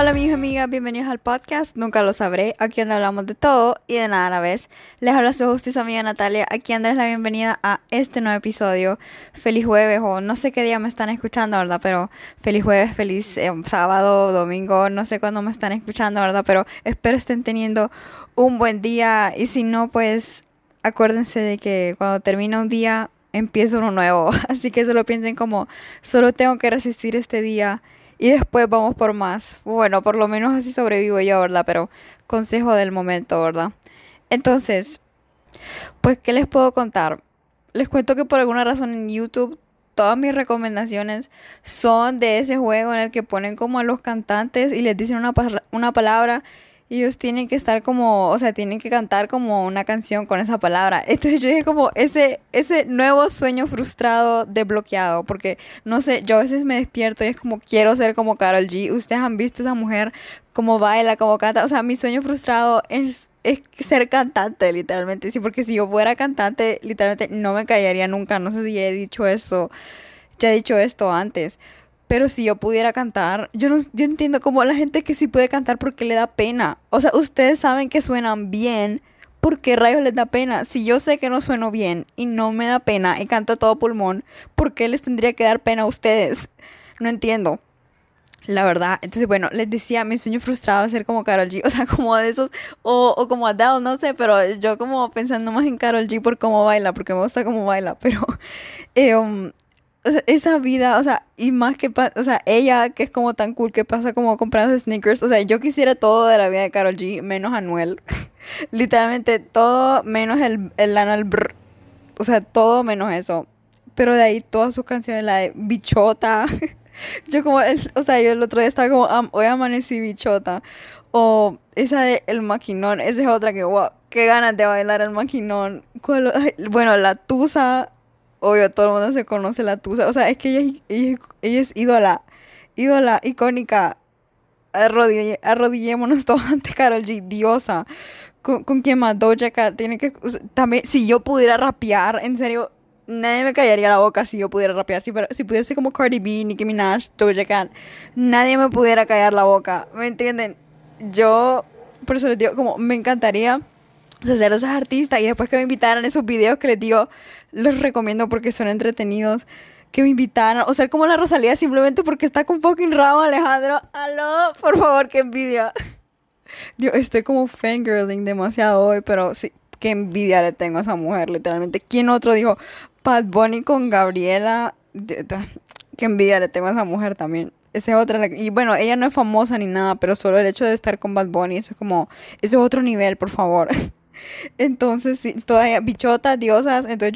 Hola amigos y amigas, bienvenidos al podcast Nunca lo sabré, aquí donde hablamos de todo y de nada a la vez. Les habla su host y su amiga Natalia, aquí dándoles la bienvenida a este nuevo episodio. Feliz jueves, o no sé qué día me están escuchando, ¿verdad? Pero feliz jueves, feliz sábado, domingo, no sé cuándo me están escuchando, ¿verdad? Pero espero estén teniendo un buen día, y si no, pues acuérdense de que cuando termina un día empieza uno nuevo. Así que solo piensen como, solo tengo que resistir este día y después vamos por más. Bueno, por lo menos así sobrevivo yo, ¿verdad? Pero consejo del momento, ¿verdad? Entonces, pues, ¿qué les puedo contar? Les cuento que por alguna razón en YouTube todas mis recomendaciones son de ese juego en el que ponen como a los cantantes y les dicen una palabra y ellos tienen que estar como, o sea, tienen que cantar como una canción con esa palabra. Entonces yo dije como ese nuevo sueño frustrado desbloqueado, porque no sé, yo a veces me despierto y es como quiero ser como Karol G. Ustedes han visto a esa mujer cómo baila, cómo canta. O sea, mi sueño frustrado es ser cantante, literalmente. Sí, porque si yo fuera cantante, literalmente no me callaría nunca. No sé si ya he dicho eso, ya he dicho esto antes. Pero si yo pudiera cantar, yo entiendo como la gente que sí puede cantar porque le da pena. O sea, ustedes saben que suenan bien, ¿por qué rayos les da pena? Si yo sé que no sueno bien y no me da pena y canto a todo pulmón, ¿por qué les tendría que dar pena a ustedes? No entiendo, la verdad. Entonces, bueno, les decía, mi sueño frustrado es ser como Karol G. O sea, como de esos, o como Adele, no sé, pero yo como pensando más en Karol G por cómo baila, porque me gusta cómo baila, pero... o sea, esa vida, o sea, y más que, o sea, ella que es como tan cool que pasa como comprando sneakers, o sea, yo quisiera todo de la vida de Karol G, menos Anuel. Literalmente todo menos el Lana el brr. O sea, todo menos eso. Pero de ahí todas sus canciones, la de Bichota. Yo como, o sea, yo el otro día estaba como, hoy amanecí bichota. O esa de El Maquinón, esa es otra que, wow, qué ganas de bailar el maquinón. Ay, bueno, la Tusa, obvio, todo el mundo se conoce la Tusa. O sea, es que ella es ídola, ídola, icónica. Arrodillémonos todos ante Karol G, diosa. Con quien más Doja Cat tiene que... o sea, también, si yo pudiera rapear, en serio, nadie me callaría la boca si yo pudiera rapear. Si pudiese como Cardi B, Nicki Minaj, Doja Cat, nadie me pudiera callar la boca. ¿Me entienden? Yo, por eso les digo, como me encantaría, o sea, ser de esas artistas y después que me invitaran a esos videos que les digo, los recomiendo porque son entretenidos. Que me invitaran, o ser como la Rosalía simplemente porque está con fucking Rauw Alejandro. Aló, por favor, qué envidia. Dios, estoy como fangirling demasiado hoy, pero sí, qué envidia le tengo a esa mujer, literalmente. ¿Quién otro dijo? Bad Bunny con Gabriela. Qué envidia le tengo a esa mujer también. Esa es otra. Y bueno, ella no es famosa ni nada, pero solo el hecho de estar con Bad Bunny, eso es como, eso es otro nivel, por favor. Entonces, sí, todas bichotas, diosas, entonces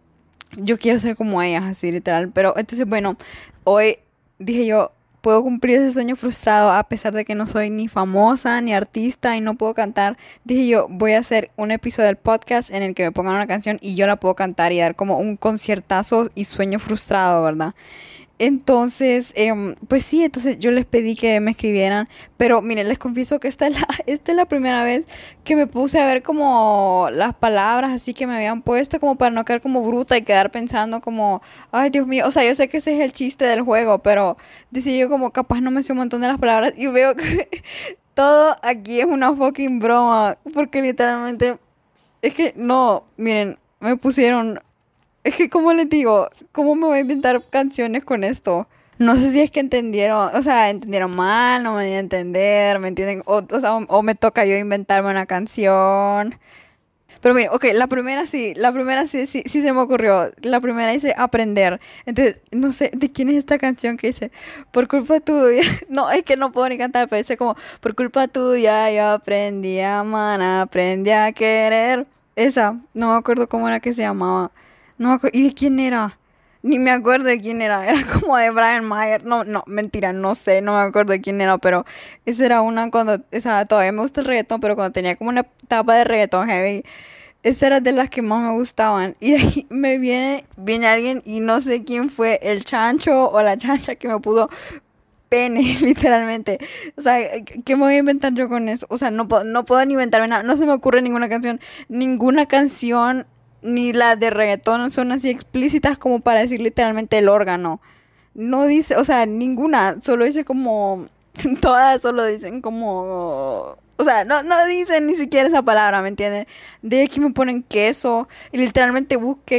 yo quiero ser como ellas, así literal. Pero entonces, bueno, hoy dije yo, puedo cumplir ese sueño frustrado a pesar de que no soy ni famosa ni artista y no puedo cantar. Dije yo, voy a hacer un episodio del podcast en el que me pongan una canción y yo la puedo cantar y dar como un conciertazo y sueño frustrado, ¿verdad? Entonces, pues sí, entonces yo les pedí que me escribieran, pero miren, les confieso que esta es la primera vez que me puse a ver como las palabras así que me habían puesto como para no quedar como bruta y quedar pensando como, ay Dios mío, o sea, yo sé que ese es el chiste del juego, pero decía yo como capaz no me sé un montón de las palabras y veo que todo aquí es una fucking broma, porque literalmente es que no, miren, me pusieron... Es que, ¿cómo les digo? ¿Cómo me voy a inventar canciones con esto? No sé si es que entendieron, o sea, entendieron mal, no me di a entender, ¿me entienden? O sea, o me toca yo inventarme una canción. Pero mira, ok, la primera sí se me ocurrió. La primera dice aprender. Entonces, no sé de quién es esta canción que dice, por culpa tuya. No, es que no puedo ni cantar, pero dice como, por culpa tuya yo aprendí a amar, aprendí a querer. Esa, no me acuerdo cómo era que se llamaba. No me acuerdo. ¿Y de quién era? Ni me acuerdo de quién era. Era como de Brian Mayer. No, no, mentira, no sé, no me acuerdo de quién era, pero esa era una cuando, o sea, todavía me gusta el reggaetón, pero cuando tenía como una etapa de reggaetón heavy, esa era de las que más me gustaban. Y de ahí viene alguien y no sé quién fue, el chancho o la chancha que me pudo pene, literalmente. O sea, ¿qué me voy a inventar yo con eso? O sea, no puedo ni inventarme nada. No se me ocurre ninguna canción. Ninguna canción, ni las de reggaetón son así explícitas como para decir literalmente el órgano. No dice, o sea, ninguna. Solo dice como Todas solo dicen como... O sea, no dicen ni siquiera esa palabra, ¿me entiendes? De aquí me ponen queso y literalmente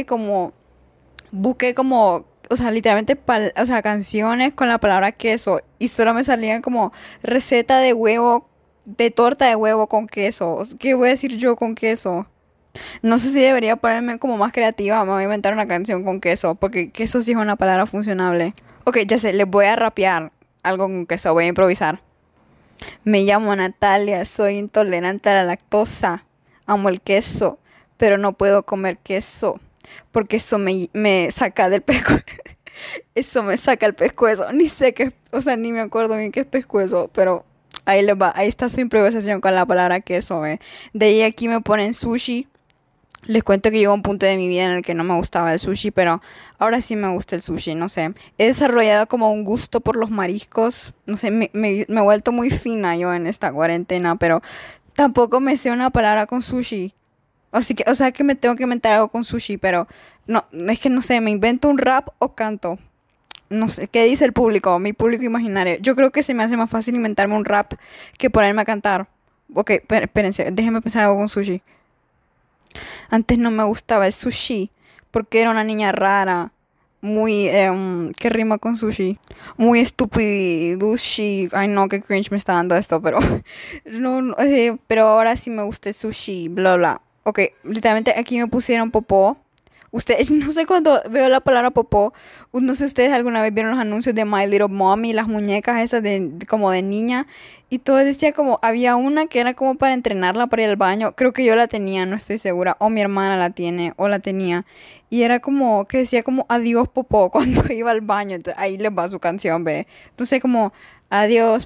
busqué como, o sea, literalmente, o sea, canciones con la palabra queso y solo me salían como receta de huevo, de torta de huevo con queso. O sea, ¿qué voy a decir yo con queso? No sé si debería ponerme como más creativa, me voy a inventar una canción con queso, porque queso sí es una palabra funcionable. Ok, ya sé, les voy a rapear algo con queso, voy a improvisar. Me llamo Natalia, soy intolerante a la lactosa. Amo el queso, pero no puedo comer queso porque eso me saca del pescuezo. Eso me saca el pescuezo. Ni sé qué, o sea, ni me acuerdo bien qué es pescuezo, pero ahí les va. Ahí está su improvisación con la palabra queso, ¿ve? De ahí aquí me ponen sushi. Les cuento que llegó un punto de mi vida en el que no me gustaba el sushi, pero ahora sí me gusta el sushi, no sé. He desarrollado como un gusto por los mariscos, no sé, me he vuelto muy fina yo en esta cuarentena, pero tampoco me sé una palabra con sushi. Así que, o sea que me tengo que inventar algo con sushi, pero no, es que no sé, me invento un rap o canto. No sé, ¿qué dice el público? Mi público imaginario. Yo creo que se me hace más fácil inventarme un rap que ponerme a cantar. Ok, espérense, déjenme pensar algo con sushi. Antes no me gustaba el sushi porque era una niña rara, muy, ¿qué rima con sushi? Muy estupidushi. Ay no, qué cringe me está dando esto, pero pero ahora sí me gusta el sushi, bla bla. Ok, literalmente aquí me pusieron popó. Ustedes, no sé cuando veo la palabra popó, no sé si ustedes alguna vez vieron los anuncios de My Little Mommy, las muñecas esas como de niña, y todo decía como, había una que era como para entrenarla para ir al baño, creo que yo la tenía, no estoy segura, o mi hermana la tiene, o la tenía, y era como, que decía como, adiós popó, cuando iba al baño, entonces, ahí les va su canción, ve, entonces como, adiós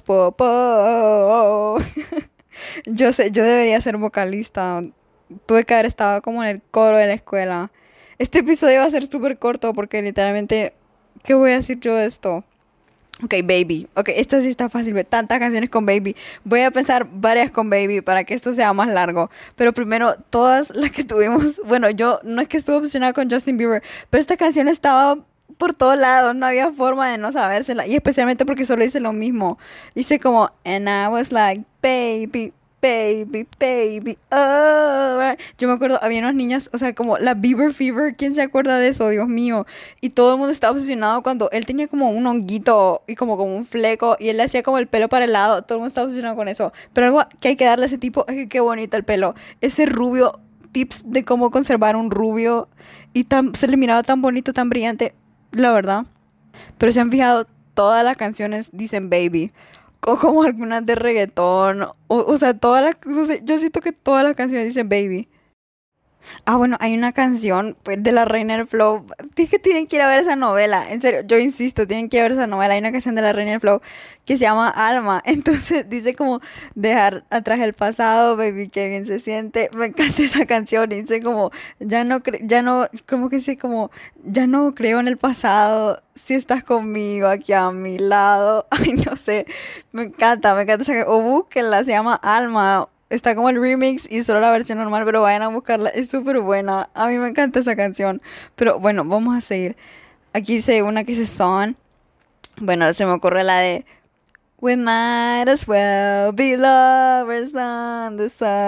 popó, yo sé, yo debería ser vocalista, tuve que haber estado como en el coro de la escuela. Este episodio va a ser súper corto porque literalmente, ¿qué voy a decir yo de esto? Ok, Baby. Ok, esta sí está fácil. Ve tantas canciones con Baby. Voy a pensar varias con Baby para que esto sea más largo. Pero primero, todas las que tuvimos. Bueno, yo no es que estuve obsesionada con Justin Bieber, pero esta canción estaba por todos lados. No había forma de no sabérsela. Y especialmente porque solo hice lo mismo. Hice como, and I was like, baby. Baby, baby, alright. Yo me acuerdo, había unas niñas, o sea, como la Bieber Fever, ¿quién se acuerda de eso? Dios mío. Y todo el mundo estaba obsesionado cuando él tenía como un honguito y como un fleco y él le hacía como el pelo para el lado. Todo el mundo estaba obsesionado con eso. Pero algo que hay que darle a ese tipo es que qué bonito el pelo. Ese rubio, tips de cómo conservar un rubio y se le miraba tan bonito, tan brillante, la verdad. Pero se han fijado, todas las canciones dicen baby. O como algunas de reggaetón. O sea, todas las. No sé, yo siento que todas las canciones dicen baby. Ah, bueno, hay una canción pues, de la Reina del Flow. Es que tienen que ir a ver esa novela. En serio, yo insisto, tienen que ir a ver esa novela. Hay una canción de la Reina del Flow que se llama Alma. Entonces dice como dejar atrás el pasado, baby, que bien se siente. Me encanta esa canción. Dice como ya no, como que dice como ya no creo en el pasado. Si estás conmigo aquí a mi lado. Ay, no sé. Me encanta esa canción. O búsquenla, se llama Alma. Está como el remix y solo la versión normal, pero vayan a buscarla. Es súper buena. A mí me encanta esa canción. Pero bueno, vamos a seguir. Aquí dice una que dice Son. Bueno, se me ocurre la de We might as well be lovers on the sun.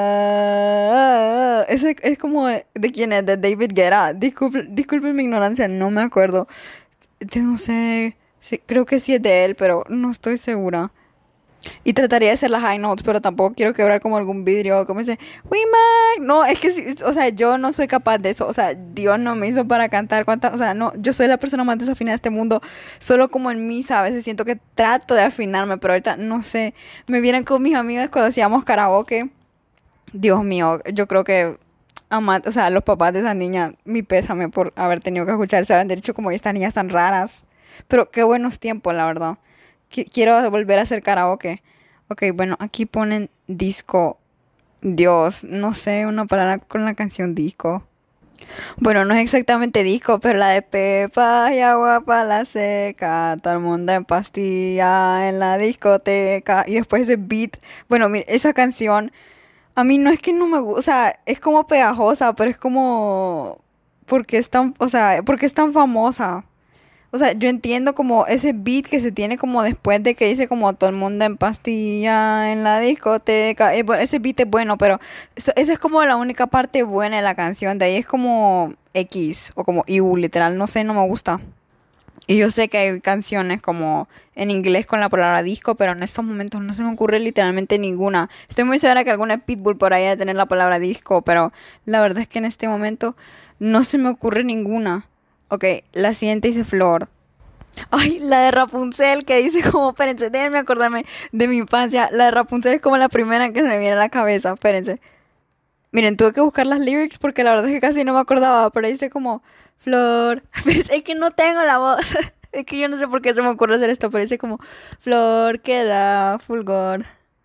Ese es como de quién es, de David Guetta. Disculpen mi ignorancia, no me acuerdo. No sé. Sí, creo que sí es de él, pero no estoy segura. Y trataría de hacer las high notes, pero tampoco quiero quebrar como algún vidrio, como dice, we might. No, es que, o sea, yo no soy capaz de eso. O sea, Dios no me hizo para cantar. O sea, no, yo soy la persona más desafinada de este mundo. Solo como en misa, a veces siento que trato de afinarme, pero ahorita no sé. Me vienen con mis amigas cuando hacíamos karaoke. Dios mío, yo creo que, o sea, los papás de esa niña, mi pésame por haber tenido que escuchar, se habían dicho como estas niñas tan raras. Pero qué buenos tiempos, la verdad. Quiero volver a hacer karaoke. Ok, bueno, aquí ponen disco. Dios, no sé, una palabra con la canción disco. Bueno, no es exactamente disco, pero la de Pepa y agua para la seca. Todo el mundo en pastilla en la discoteca. Y después ese beat. Bueno, mire, esa canción. A mí no es que no me gusta. O sea, es como pegajosa, pero es como. Porque es tan. O sea, porque es tan famosa. O sea, yo entiendo como ese beat que se tiene como después de que dice como todo el mundo en pastilla en la discoteca. Bueno, ese beat es bueno, pero esa es como la única parte buena de la canción. De ahí es como X o como IU, literal. No sé, no me gusta. Y yo sé que hay canciones como en inglés con la palabra disco, pero en estos momentos no se me ocurre literalmente ninguna. Estoy muy segura que alguna Pitbull por ahí debe tener la palabra disco, pero la verdad es que en este momento no se me ocurre ninguna. Ok, la siguiente dice Flor. Ay, la de Rapunzel que dice como, espérense, déjenme acordarme de mi infancia. La de Rapunzel es como la primera que se me viene a la cabeza, espérense. Miren, tuve que buscar las lyrics porque la verdad es que casi no me acordaba, pero dice como Flor. Pero es que no tengo la voz. Es que yo no sé por qué se me ocurre hacer esto, pero dice como Flor que da fulgor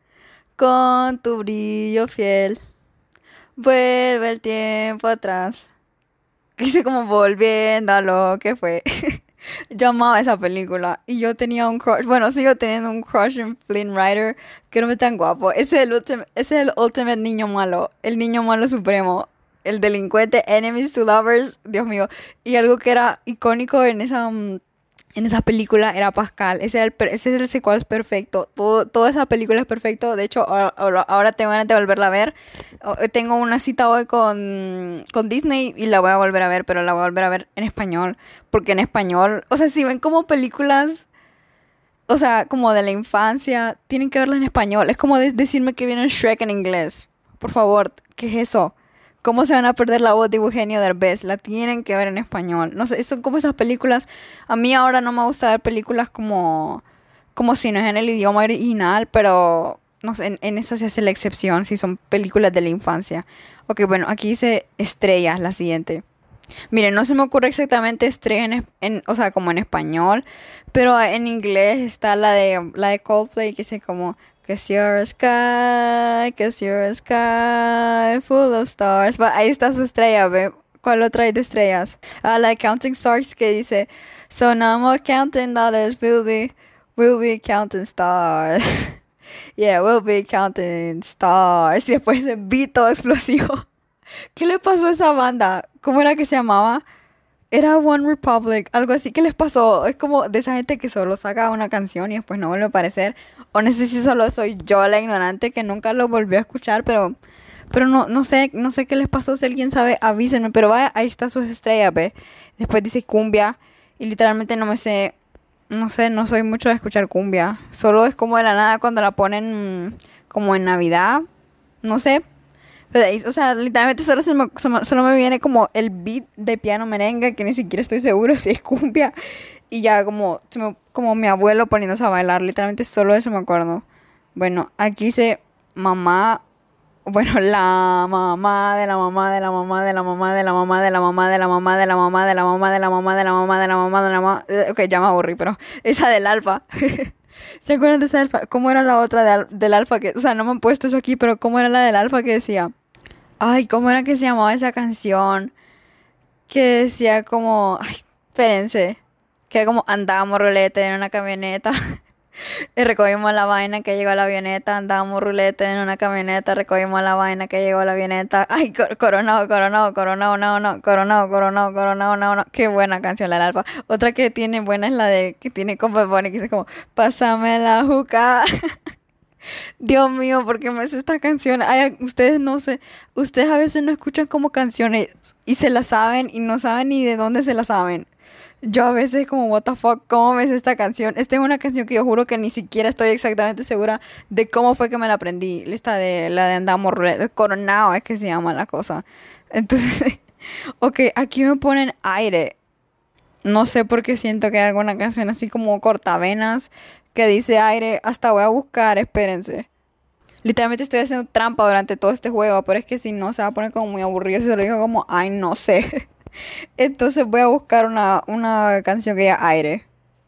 con tu brillo fiel. Vuelve el tiempo atrás. Dice como volviendo a lo que fue. Yo amaba esa película y yo tenía un crush, bueno, sigo teniendo un crush en Flynn Rider, que no me tan guapo. Ese es el ultimate niño malo, el niño malo supremo, el delincuente, enemies to lovers, Dios mío. Y algo que era icónico en esa película era Pascal. Ese es el secuaz perfecto. Toda esa película es perfecto. De hecho, ahora tengo ganas de volverla a ver. Tengo una cita hoy con Disney y la voy a volver a ver, pero la voy a volver a ver en español. Porque en español, o sea, si ven como películas, o sea, como de la infancia, tienen que verla en español. Es como decirme que viene Shrek en inglés. Por favor, ¿qué es eso? ¿Cómo se van a perder la voz de Eugenio Derbez? La tienen que ver en español. No sé, son como esas películas. A mí ahora no me gusta ver películas como si no es en el idioma original, pero no sé, en esa se hace la excepción, si son películas de la infancia. Ok, bueno, aquí dice estrellas, la siguiente. Miren, no se me ocurre exactamente estrella o sea, como en español, pero en inglés está la de Coldplay que dice como que it's your sky full of stars. Ahí está su estrella, ¿ve? ¿Cuál otra hay de estrellas? Ah, la de Counting Stars que dice so no more counting dollars, we'll be counting stars. Yeah, we'll be counting stars. Y después ese beat todo explosivo. ¿Qué le pasó a esa banda? ¿Cómo era que se llamaba? Era One Republic, algo así. ¿Qué les pasó? Es como de esa gente que solo saca una canción y después no vuelve a aparecer. O no sé si solo soy yo la ignorante que nunca lo volvió a escuchar, pero no sé qué les pasó. Si alguien sabe, avísenme. Pero vaya, ahí está su estrella, ve. Después dice cumbia y literalmente no me sé, no sé, no soy mucho de escuchar cumbia. Solo es como de la nada cuando la ponen como en Navidad, no sé. O sea, literalmente solo me viene como el beat de piano merengue, que ni siquiera estoy seguro si es cumbia. Y ya como mi abuelo poniéndose a bailar, literalmente solo eso me acuerdo. Bueno, aquí dice mamá, bueno, la mamá de la mamá de la mamá de la mamá de la mamá de la mamá de la mamá de la mamá de la mamá de la mamá de la mamá de la mamá de la mamá. Ok, ya me aburrí, pero esa del alfa. ¿Se acuerdan de esa alfa? ¿Cómo era la otra del alfa? O sea, no me han puesto eso aquí, pero ¿cómo era la del alfa que decía? Ay, ¿cómo era que se llamaba esa canción? Que decía como... Ay, espérense. Que era como andábamos ruleta en una camioneta. Y recogimos la vaina que llegó a la avioneta. Andábamos ruleta en una camioneta. Recogimos la vaina que llegó a la avioneta. Ay, coronado, no. Coronado, no. Qué buena canción la del Alfa. Otra que tiene buena es la de... Que tiene con Bad Bunny, que dice como... Pásame la juca. Dios mío, ¿por qué me hace esta canción? Ay, ustedes no sé, ustedes a veces no escuchan como canciones y se las saben y no saben ni de dónde se las saben. Yo a veces como, what the fuck, ¿cómo me hace esta canción? Esta es una canción que yo juro que ni siquiera estoy exactamente segura de cómo fue que me la aprendí. La de Andamos Ruleta, Coronado es que se llama la cosa. Entonces, ok, aquí me ponen aire. No sé por qué siento que hay alguna canción así como cortavenas que dice aire. Hasta voy a buscar, espérense. Literalmente estoy haciendo trampa durante todo este juego, pero es que si no se va a poner como muy aburrido si lo digo como, ay, no sé. Entonces voy a buscar una canción que diga aire.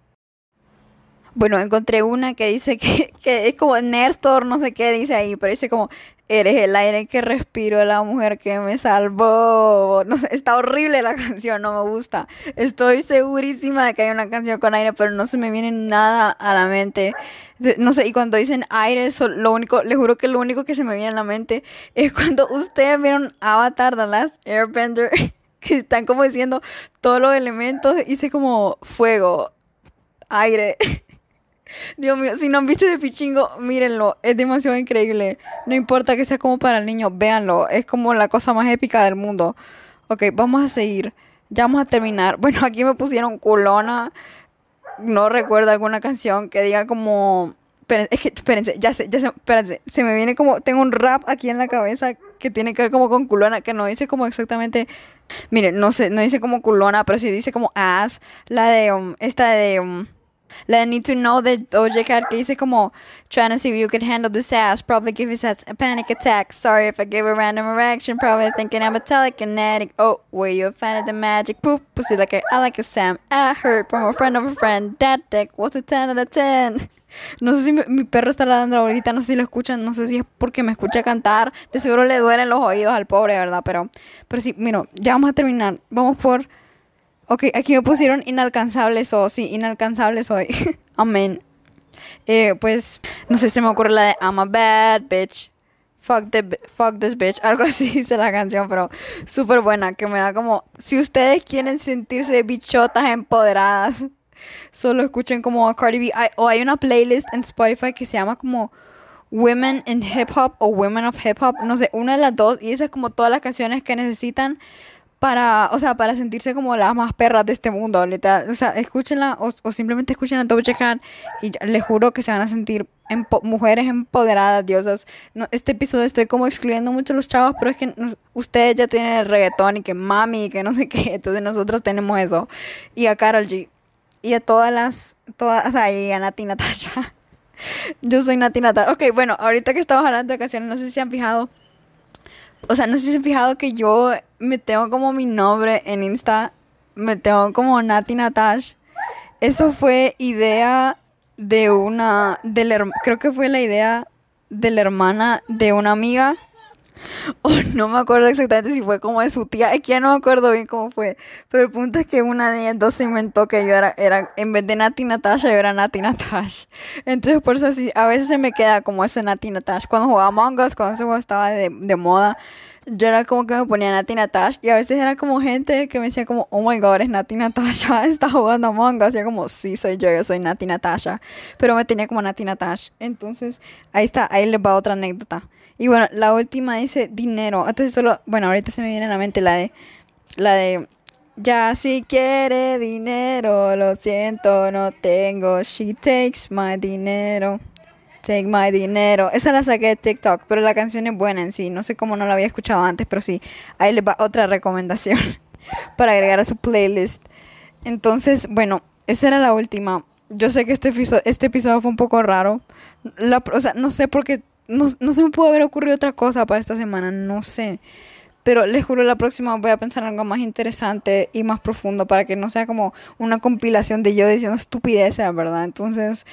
Bueno, encontré una que dice que es como Néstor, no sé qué dice ahí, pero dice como, eres el aire que respiro, la mujer que me salvó. No sé, está horrible la canción, no me gusta. Estoy segurísima de que hay una canción con aire, pero no se me viene nada a la mente. No sé, y cuando dicen aire, lo único, les juro que lo único que se me viene a la mente es cuando ustedes vieron Avatar, The Last Airbender. que están como diciendo todos los elementos, hice como fuego, aire. Dios mío, si no han visto de Pichingo, mírenlo, es demasiado increíble. No importa que sea como para el niño, véanlo, es como la cosa más épica del mundo. Ok, vamos a seguir, ya vamos a terminar. Bueno, aquí me pusieron culona, no recuerdo alguna canción que diga como... Espérense, espérense, se me viene como, tengo un rap aquí en la cabeza que tiene que ver como con culona, que no dice como exactamente, miren, no sé, no dice como culona, pero sí dice como ass, la de Need to Know de Doja Cat, que dice como trying to see if you could handle this ass, probably give his ass a panic attack, sorry if I give a random erection, probably thinking I'm a telekinetic, oh, where you offended the magic, poop, pussy like I like a Sam, I heard from a friend of a friend, that dick was a 10 out of 10. No sé si mi perro está ladrando ahorita, no sé si lo escuchan, no sé si es porque me escucha cantar, de seguro le duelen los oídos al pobre, ¿verdad? Pero sí, mira, ya vamos a terminar, vamos por... Ok, aquí me pusieron inalcanzable soy, sí, inalcanzable soy, amén. Pues, no sé, se me ocurre la de I'm a bad bitch, fuck this bitch, algo así dice la canción, pero súper buena, que me da como, si ustedes quieren sentirse bichotas empoderadas, solo escuchen como a Cardi B. Hay una playlist en Spotify que se llama como Women in Hip Hop o Women of Hip Hop, no sé, una de las dos, y esas es como todas las canciones que necesitan para, o sea, para sentirse como las más perras de este mundo, literal. O sea, escúchenla o simplemente escuchen a Doja Cat y les juro que se van a sentir mujeres empoderadas, diosas. No, este episodio estoy como excluyendo mucho a los chavos, pero es que ustedes ya tienen el reggaetón y que mami, que no sé qué, entonces nosotros tenemos eso. Y a Karol G. Y a todas, o sea, y a Nati Natasha. Yo soy Nati Natasha. Ok, bueno, ahorita que estamos hablando de canciones, no sé si se han fijado. O sea, no sé si se han fijado que yo me tengo como mi nombre en Insta. Me tengo como Nati Natasha. Eso fue idea de creo que fue la idea de la hermana de una amiga. O no me acuerdo exactamente si fue como de su tía. Es que ya no me acuerdo bien cómo fue. Pero el punto es que una de ellas dos se inventó que yo era en vez de Nati Natasha, yo era Nati Natasha. Entonces por eso así, a veces se me queda como ese Nati Natasha. Cuando jugaba Among Us, cuando ese juego estaba de moda, yo era como que me ponía Nati Natasha. Y a veces era como gente que me decía como, oh my god, es Nati Natasha, está jugando Among Us. Y yo como, sí, yo soy Nati Natasha. Pero me tenía como Nati Natasha. Entonces, ahí está, ahí les va otra anécdota. Y bueno, la última dice dinero. Entonces solo, bueno, ahorita se me viene a la mente la de ya si quiere dinero, lo siento, no tengo. She takes my dinero. Take my dinero. Esa la saqué de TikTok, pero la canción es buena en sí. No sé cómo no la había escuchado antes, pero sí. Ahí les va otra recomendación para agregar a su playlist. Entonces, bueno, esa era la última. Yo sé que este episodio fue un poco raro. O sea, no sé por qué. No se me pudo haber ocurrido otra cosa para esta semana, no sé. Pero les juro, la próxima voy a pensar en algo más interesante y más profundo para que no sea como una compilación de yo diciendo estupideces, ¿verdad? Entonces,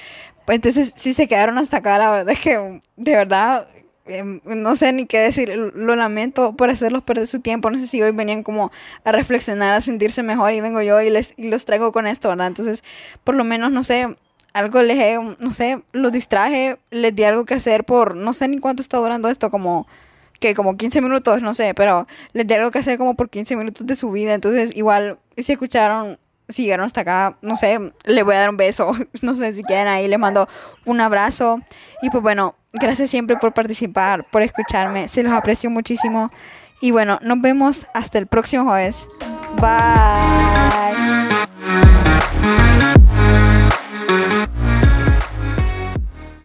si se quedaron hasta acá, la verdad es que, de verdad, no sé ni qué decir. Lo lamento por hacerlos perder su tiempo. No sé si hoy venían como a reflexionar, a sentirse mejor y vengo yo y los traigo con esto, ¿verdad? Entonces, por lo menos, no sé, algo no sé, los distraje, les di algo que hacer por, no sé ni cuánto está durando esto, como 15 minutos, no sé, pero les di algo que hacer como por 15 minutos de su vida. Entonces, igual, si escucharon, si llegaron hasta acá, no sé, les voy a dar un beso, no sé si quieren ahí, les mando un abrazo. Y pues bueno, gracias siempre por participar, por escucharme, se los aprecio muchísimo. Y bueno, nos vemos hasta el próximo jueves. Bye.